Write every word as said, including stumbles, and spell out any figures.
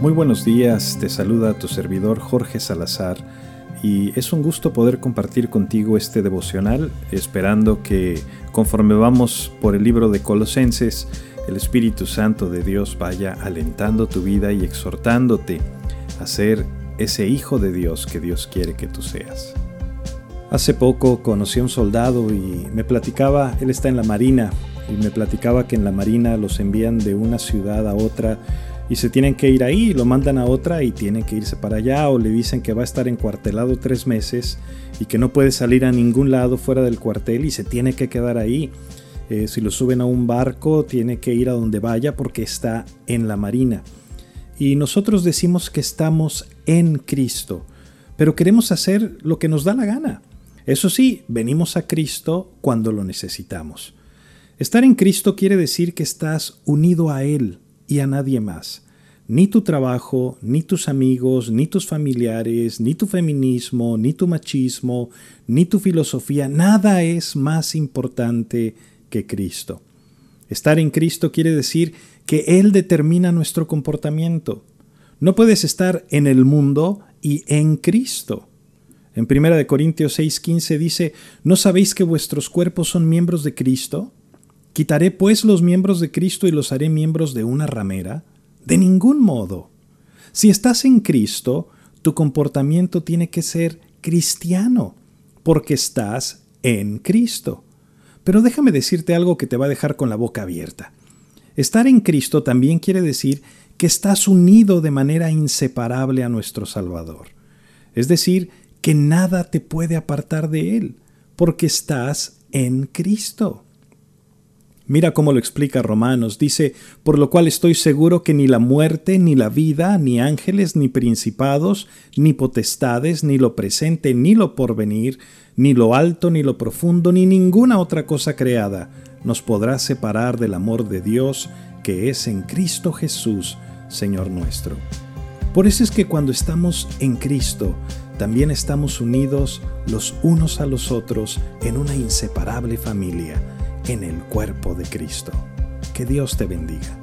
Muy buenos días, te saluda tu servidor Jorge Salazar y es un gusto poder compartir contigo este devocional, esperando que conforme vamos por el libro de Colosenses, el Espíritu Santo de Dios vaya alentando tu vida y exhortándote a ser ese hijo de Dios que Dios quiere que tú seas. Hace poco conocí a un soldado y me platicaba, él está en la Marina, y me platicaba que en la Marina los envían de una ciudad a otra y se tienen que ir ahí, lo mandan a otra y tienen que irse para allá, o le dicen que va a estar encuartelado tres meses y que no puede salir a ningún lado fuera del cuartel y se tiene que quedar ahí. Eh, si lo suben a un barco, tiene que ir a donde vaya porque está en la Marina. Y nosotros decimos que estamos en Cristo, pero queremos hacer lo que nos da la gana. Eso sí, venimos a Cristo cuando lo necesitamos. Estar en Cristo quiere decir que estás unido a Él y a nadie más. Ni tu trabajo, ni tus amigos, ni tus familiares, ni tu feminismo, ni tu machismo, ni tu filosofía, nada es más importante que Cristo. Estar en Cristo quiere decir que Él determina nuestro comportamiento. No puedes estar en el mundo y en Cristo. En primera de Corintios seis quince dice, ¿no sabéis que vuestros cuerpos son miembros de Cristo? ¿Quitaré pues los miembros de Cristo y los haré miembros de una ramera? De ningún modo. Si estás en Cristo, tu comportamiento tiene que ser cristiano, porque estás en Cristo. Pero déjame decirte algo que te va a dejar con la boca abierta. Estar en Cristo también quiere decir que estás unido de manera inseparable a nuestro Salvador. Es decir, que nada te puede apartar de Él, porque estás en Cristo. Mira cómo lo explica Romanos. Dice, por lo cual estoy seguro que ni la muerte, ni la vida, ni ángeles, ni principados, ni potestades, ni lo presente, ni lo porvenir, ni lo alto, ni lo profundo, ni ninguna otra cosa creada nos podrá separar del amor de Dios que es en Cristo Jesús, Señor nuestro. Por eso es que cuando estamos en Cristo, también estamos unidos los unos a los otros en una inseparable familia, en el cuerpo de Cristo. Que Dios te bendiga.